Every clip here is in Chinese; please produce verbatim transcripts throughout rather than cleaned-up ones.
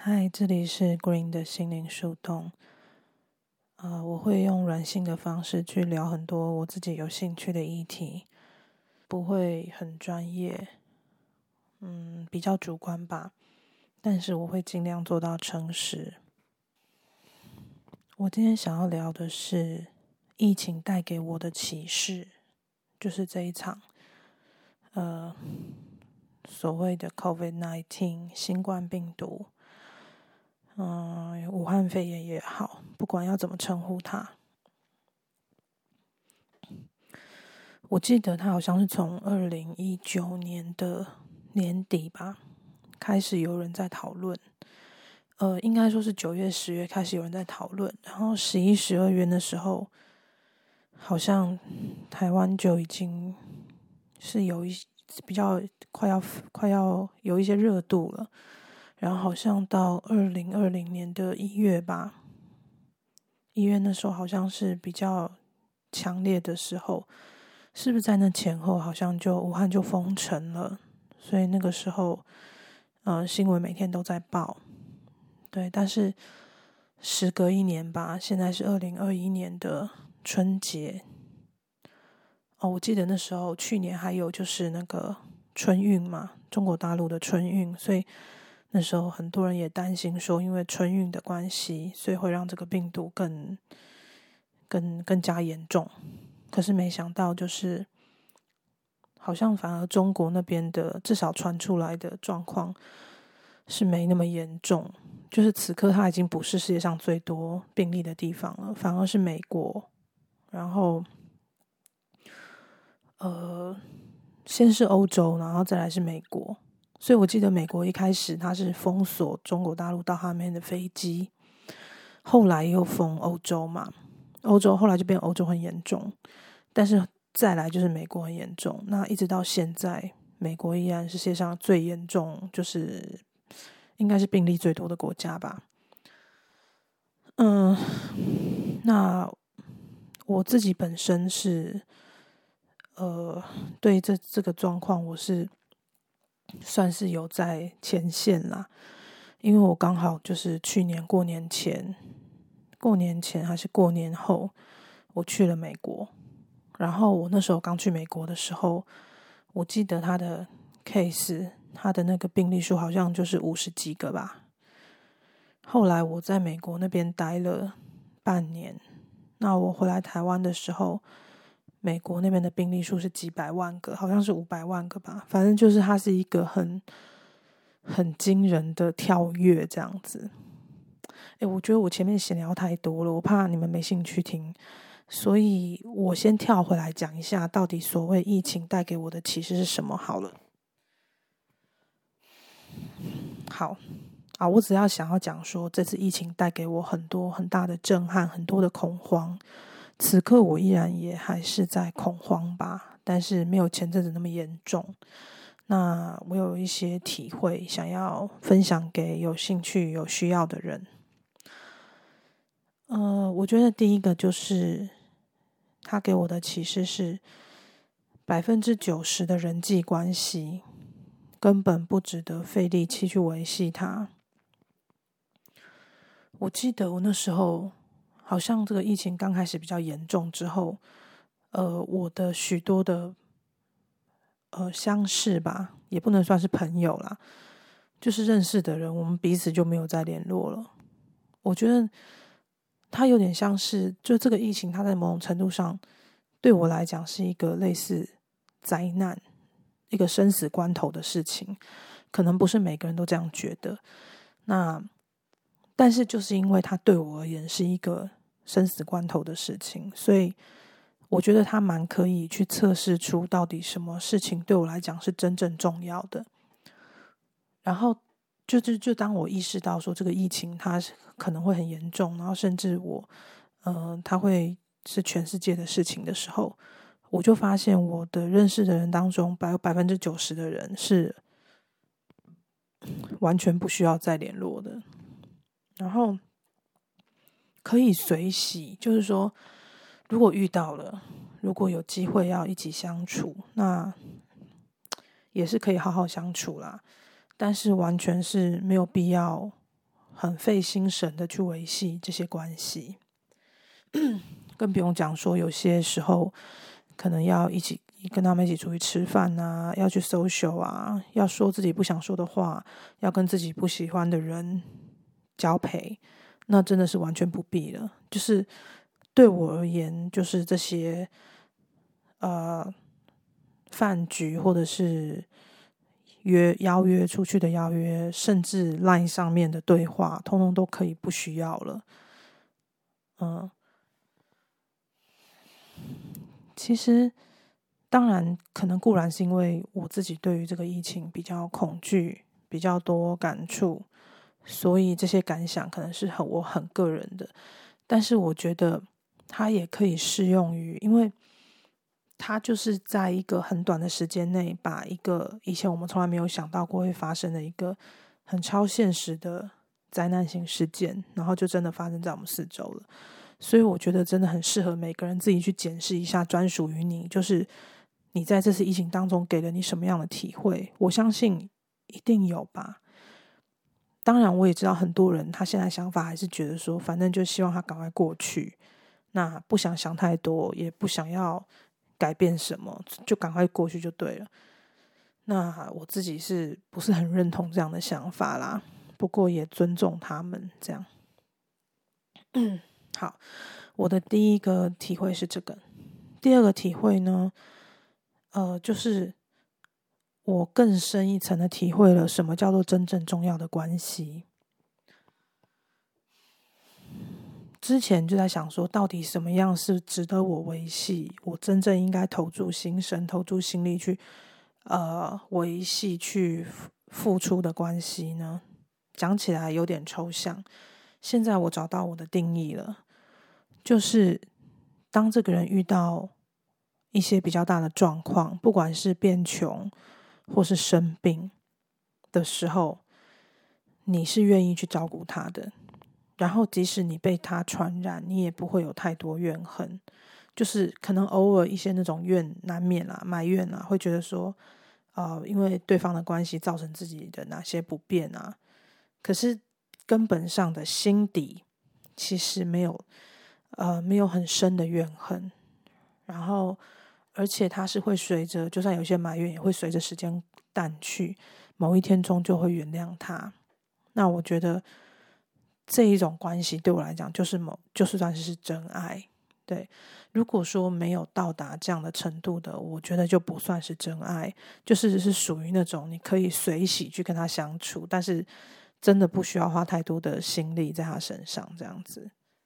嗨，这里是 Green 的心灵树洞。呃，我会用软性的方式去聊很多我自己有兴趣的议题，不会很专业，嗯，比较主观吧。但是我会尽量做到诚实。我今天想要聊的是疫情带给我的启示，就是这一场呃所谓的 COVID 十九 新冠病毒。嗯，武汉肺炎也好，不管要怎么称呼它，我记得它好像是从二零一九年的年底吧，开始有人在讨论。呃，应该说是九月、十月开始有人在讨论，然后十一、十二月的时候，好像台湾就已经是有一比较快要快要有一些热度了。然后好像到二零二零年的一月吧，一月那时候好像是比较强烈的时候，是不是在那前后好像就武汉就封城了？所以那个时候，呃，新闻每天都在报，对。但是时隔一年吧，现在是二零二一年的春节。哦，我记得那时候去年还有就是那个春运嘛，中国大陆的春运，所以那时候很多人也担心说，因为春运的关系，所以会让这个病毒更、更、更加严重。可是没想到，就是好像反而中国那边的至少传出来的状况是没那么严重。就是此刻它已经不是世界上最多病例的地方了，反而是美国。然后，呃，先是欧洲，然后再来是美国。所以我记得美国一开始它是封锁中国大陆到他那边的飞机，后来又封欧洲嘛，欧洲后来就变欧洲很严重，但是再来就是美国很严重。那一直到现在，美国依然是世界上最严重，就是应该是病例最多的国家吧。嗯，那我自己本身是，呃，对这这个状况，我是算是有在前线啦，因为我刚好就是去年过年前，过年前还是过年后，我去了美国。然后我那时候刚去美国的时候，我记得他的 case， 他的那个病例数好像就是五十几个吧。后来我在美国那边待了半年，那我回来台湾的时候，美国那边的病例数是几百万个，好像是五百万个吧。反正就是它是一个很很惊人的跳跃这样子。诶，我觉得我前面闲聊太多了，我怕你们没兴趣听，所以我先跳回来讲一下，到底所谓疫情带给我的启示是什么好了。好啊，我只要想要讲说，这次疫情带给我很多很大的震撼，很多的恐慌。此刻我依然也还是在恐慌吧，但是没有前阵子那么严重。那我有一些体会，想要分享给有兴趣、有需要的人。呃，我觉得第一个就是他给我的启示是，百分之九十的人际关系根本不值得费力气去维系它。我记得我那时候好像这个疫情刚开始比较严重之后，呃，我的许多的呃相识吧，也不能算是朋友啦，就是认识的人，我们彼此就没有再联络了。我觉得它有点像是，就这个疫情，它在某种程度上对我来讲是一个类似灾难，一个生死关头的事情。可能不是每个人都这样觉得，那但是就是因为它对我而言是一个生死关头的事情，所以我觉得它蛮可以去测试出到底什么事情对我来讲是真正重要的。然后就就就当我意识到说这个疫情它可能会很严重，然后甚至我呃它会是全世界的事情的时候，我就发现我的认识的人当中，百百分之九十的人是完全不需要再联络的。然后可以随喜，就是说如果遇到了，如果有机会要一起相处，那也是可以好好相处啦。但是完全是没有必要很费心神的去维系这些关系。更不用讲说有些时候可能要一起跟他们一起出去吃饭啊，要去 social 啊，要说自己不想说的话，要跟自己不喜欢的人交陪，那真的是完全不必了。就是对我而言，就是这些呃饭局或者是约邀约出去的邀约，甚至 LINE 上面的对话，通通都可以不需要了。嗯，其实当然可能固然是因为我自己对于这个疫情比较恐惧，比较多感触，所以这些感想可能是很我很个人的。但是我觉得它也可以适用于，因为它就是在一个很短的时间内，把一个以前我们从来没有想到过会发生的一个很超现实的灾难性事件，然后就真的发生在我们四周了。所以我觉得真的很适合每个人自己去检视一下，专属于你，就是你在这次疫情当中给了你什么样的体会。我相信一定有吧。当然我也知道很多人他现在想法还是觉得说，反正就希望他赶快过去，那不想想太多，也不想要改变什么，就赶快过去就对了。那我自己是不是很认同这样的想法啦？不过也尊重他们这样。嗯，好，我的第一个体会是这个。第二个体会呢，呃，就是我更深一层的体会了什么叫做真正重要的关系。之前就在想说，到底什么样是值得我维系，我真正应该投注心神、投注心力去呃维系、去付出的关系呢？讲起来有点抽象。现在我找到我的定义了，就是当这个人遇到一些比较大的状况，不管是变穷或是生病的时候，你是愿意去照顾他的。然后即使你被他传染，你也不会有太多怨恨，就是可能偶尔一些那种怨难免啦、埋怨啦，会觉得说呃，因为对方的关系造成自己的哪些不便啊，可是根本上的心底其实没有呃没有很深的怨恨，然后而且他是会随着，就算有些埋怨也会随着时间淡去，某一天终究会原谅他。那我觉得这一种关系对我来讲就是某就是算是真爱。对，如果说没有到达这样的程度的，我觉得就不算是真爱，就是是属于那种你可以随喜去跟他相处，但是真的不需要花太多的心力在他身上这样子。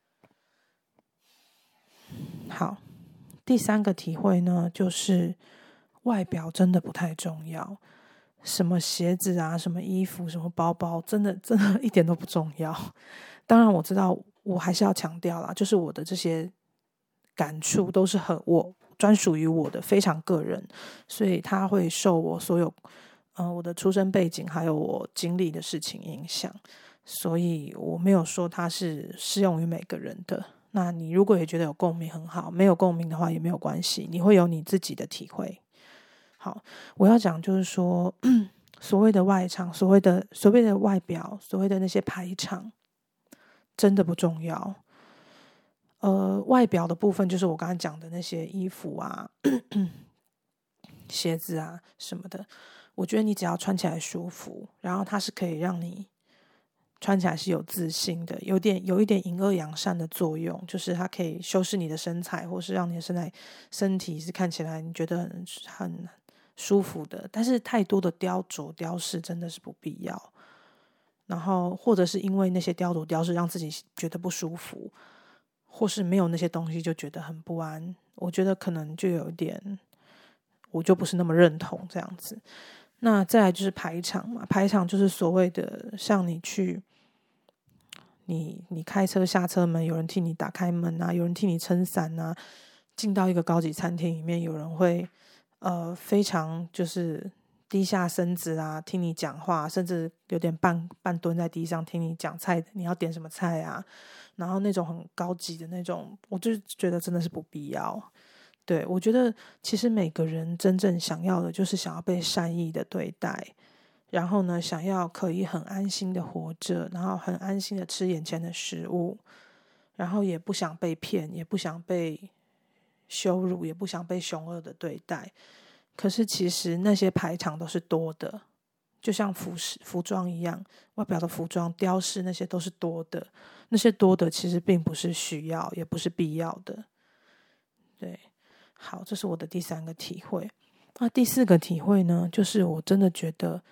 好，第三个体会呢，就是外表真的不太重要，什么鞋子啊，什么衣服，什么包包，真的真的一点都不重要。当然我知道我还是要强调啦，就是我的这些感触都是很我专属于我的，非常个人，所以它会受我所有呃我的出生背景还有我经历的事情影响，所以我没有说它是适用于每个人的。那你如果也觉得有共鸣很好，没有共鸣的话也没有关系，你会有你自己的体会。好，我要讲就是说所谓的外场，所谓的所谓的外表，所谓的那些排场真的不重要。呃，外表的部分就是我刚才讲的那些衣服啊鞋子啊什么的，我觉得你只要穿起来舒服，然后它是可以让你穿起来是有自信的，有点有一点隐恶扬善的作用，就是它可以修饰你的身材，或是让你的身材身体是看起来你觉得很很舒服的。但是太多的雕琢雕饰真的是不必要，然后或者是因为那些雕琢雕饰让自己觉得不舒服，或是没有那些东西就觉得很不安，我觉得可能就有一点我就不是那么认同这样子。那再来就是排场嘛，排场就是所谓的像你去你你开车下车门，有人替你打开门啊，有人替你撑伞啊，进到一个高级餐厅里面，有人会呃非常就是低下身子啊，听你讲话，甚至有点半半蹲在地上听你讲菜，你要点什么菜啊，然后那种很高级的那种，我就觉得真的是不必要。对，我觉得其实每个人真正想要的就是想要被善意的对待， 然后呢，想要可以很安心的活着，然后很安心的吃眼前的食物，然后也不想被骗，也不想被羞辱，也不想被凶恶的对待。可是其实那些排场都是多的，就像服饰服装一样，外表的服装雕饰那些都是多的，那些多的其实并不是需要，也不是必要的。对，好，这是我的第三个体会。那第四个体会呢，就是我真的觉得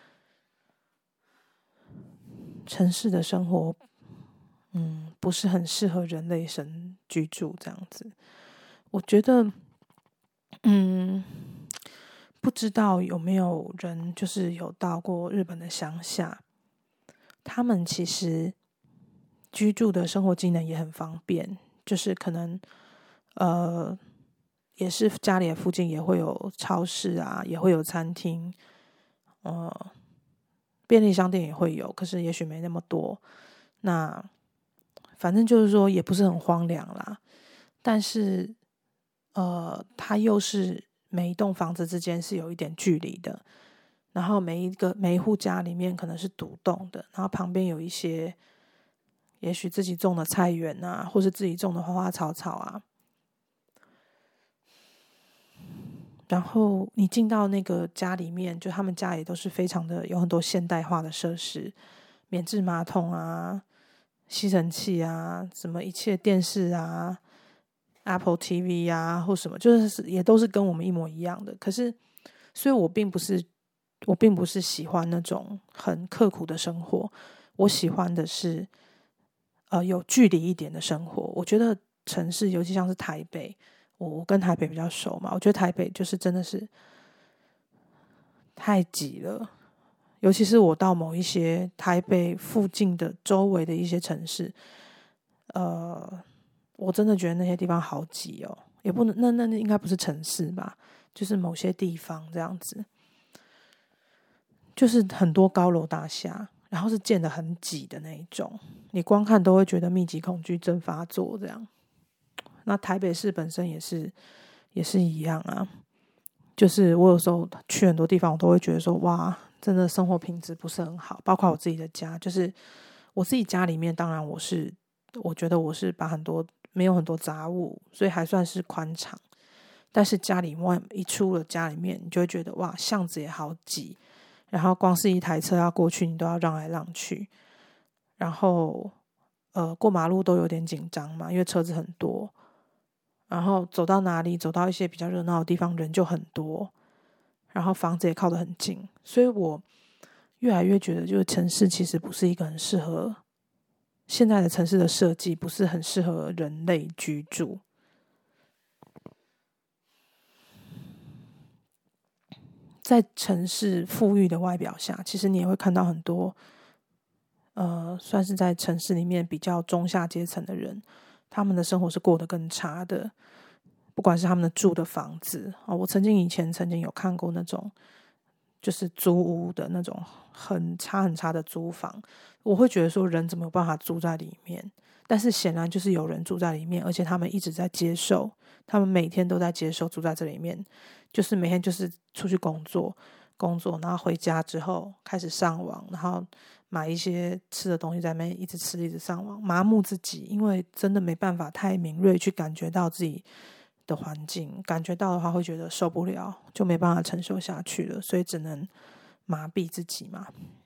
城市的生活嗯，不是很适合人类生居住这样子。我觉得嗯，不知道有没有人就是有到过日本的乡下，他们其实居住的生活机能也很方便，就是可能呃也是家里的附近也会有超市啊，也会有餐厅，呃便利商店也会有，可是也许没那么多。那反正就是说也不是很荒凉啦，但是呃它又是每一栋房子之间是有一点距离的，然后每一个每一户家里面可能是独栋的，然后旁边有一些也许自己种的菜园啊，或是自己种的花花草草啊。然后你进到那个家里面，就他们家也都是非常的有很多现代化的设施，免治马桶啊、吸尘器啊，什么一切电视啊、Apple T V 啊或什么，就是也都是跟我们一模一样的。可是，所以我并不是我并不是喜欢那种很刻苦的生活，我喜欢的是呃有距离一点的生活。我觉得城市，尤其像是台北。我我跟台北比较熟嘛，我觉得台北就是真的是太挤了，尤其是我到某一些台北附近的周围的一些城市，呃，我真的觉得那些地方好挤哦，也不能那那那应该不是城市吧，就是某些地方这样子，就是很多高楼大厦，然后是建得很挤的那一种，你光看都会觉得密集恐惧症发作这样。那台北市本身也是也是一样啊，就是我有时候去很多地方，我都会觉得说，哇，真的生活品质不是很好。包括我自己的家，就是我自己家里面，当然我是我觉得我是把很多没有很多杂物，所以还算是宽敞。但是家里外一出了家里面，你就会觉得哇，巷子也好挤，然后光是一台车要过去，你都要让来让去，然后呃过马路都有点紧张嘛，因为车子很多。然后走到哪里，走到一些比较热闹的地方，人就很多，然后房子也靠得很近，所以我越来越觉得，就是城市其实不是一个很适合现在的城市的设计，不是很适合人类居住。在城市富裕的外表下，其实你也会看到很多，呃，算是在城市里面比较中下阶层的人，他们的生活是过得更差的。不管是他们的住的房子，哦，我曾经以前曾经有看过那种就是租屋的那种很差很差的租房，我会觉得说人怎么有办法住在里面？但是显然就是有人住在里面，而且他们一直在接受，他们每天都在接受住在这里面，就是每天就是出去工作工作，然后回家之后开始上网，然后买一些吃的东西在那边一直吃一直上网，麻木自己，因为真的没办法太敏锐去感觉到自己的环境，感觉到的话会觉得受不了，就没办法承受下去了，所以只能麻痹自己嘛。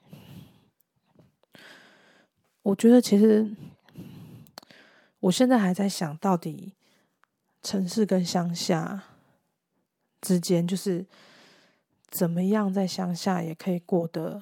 我觉得其实我现在还在想到底城市跟乡下之间，就是怎么样在乡下也可以过得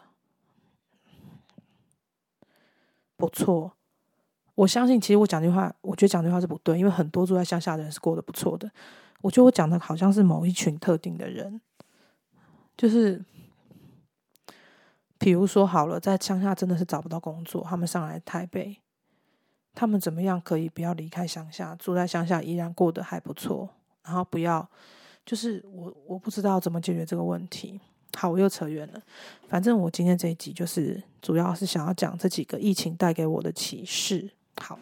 不错。我相信其实我讲这句话，我觉得讲这句话是不对，因为很多住在乡下的人是过得不错的。我觉得我讲的好像是某一群特定的人，就是比如说好了，在乡下真的是找不到工作，他们上来台北，他们怎么样可以不要离开乡下，住在乡下依然过得还不错，然后不要，就是我我不知道怎么解决这个问题。好，我又扯远了。反正我今天这一集就是主要是想要讲这几个疫情带给我的启示。好，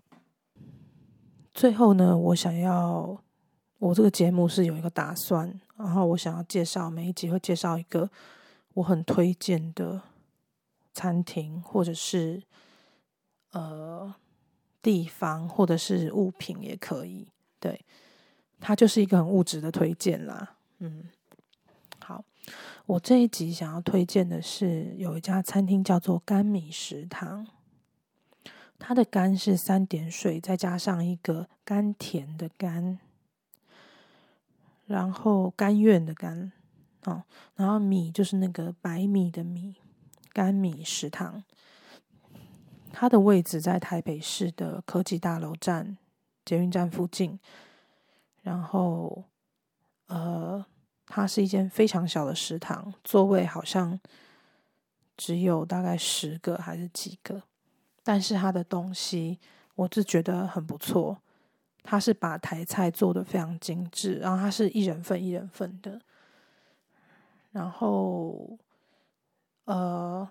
最后呢，我想要我这个节目是有一个打算，然后我想要介绍每一集会介绍一个我很推荐的餐厅，或者是呃地方，或者是物品也可以。对，它就是一个很物质的推荐啦。嗯，好，我这一集想要推荐的是有一家餐厅叫做甘米食堂。它的甘是三点水，再加上一个甘甜的甘，然后甘愿的甘，哦，然后米就是那个白米的米，甘米食堂。它的位置在台北市的科技大楼站捷运站附近，然后呃，它是一间非常小的食堂，座位好像只有大概十个还是几个。但是它的东西我是觉得很不错，它是把台菜做得非常精致，然后它是一人份一人份的，然后呃，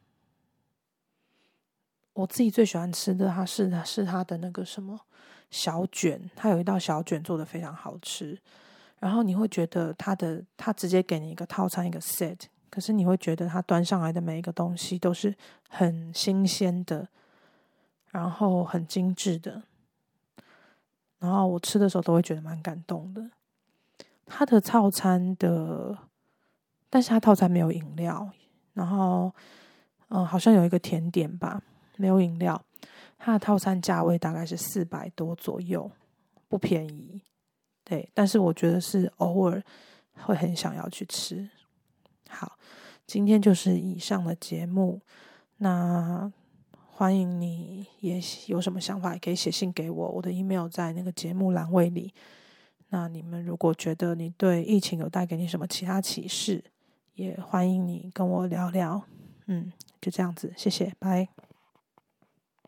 我自己最喜欢吃的它是是它的那个什么小卷，它有一道小卷做得非常好吃，然后你会觉得它的它直接给你一个套餐一个 set， 可是你会觉得它端上来的每一个东西都是很新鲜的，然后很精致的，然后我吃的时候都会觉得蛮感动的。它的套餐的，但是它套餐没有饮料，然后嗯，好像有一个甜点吧，没有饮料。它的套餐价位大概是四百多左右，不便宜。对，但是我觉得是偶尔会很想要去吃。好，今天就是以上的节目，那欢迎你也有什么想法也可以写信给我，我的 email 在那个节目栏位里。那你们如果觉得你对疫情有带给你什么其他启示，也欢迎你跟我聊聊。嗯，就这样子，谢谢，拜。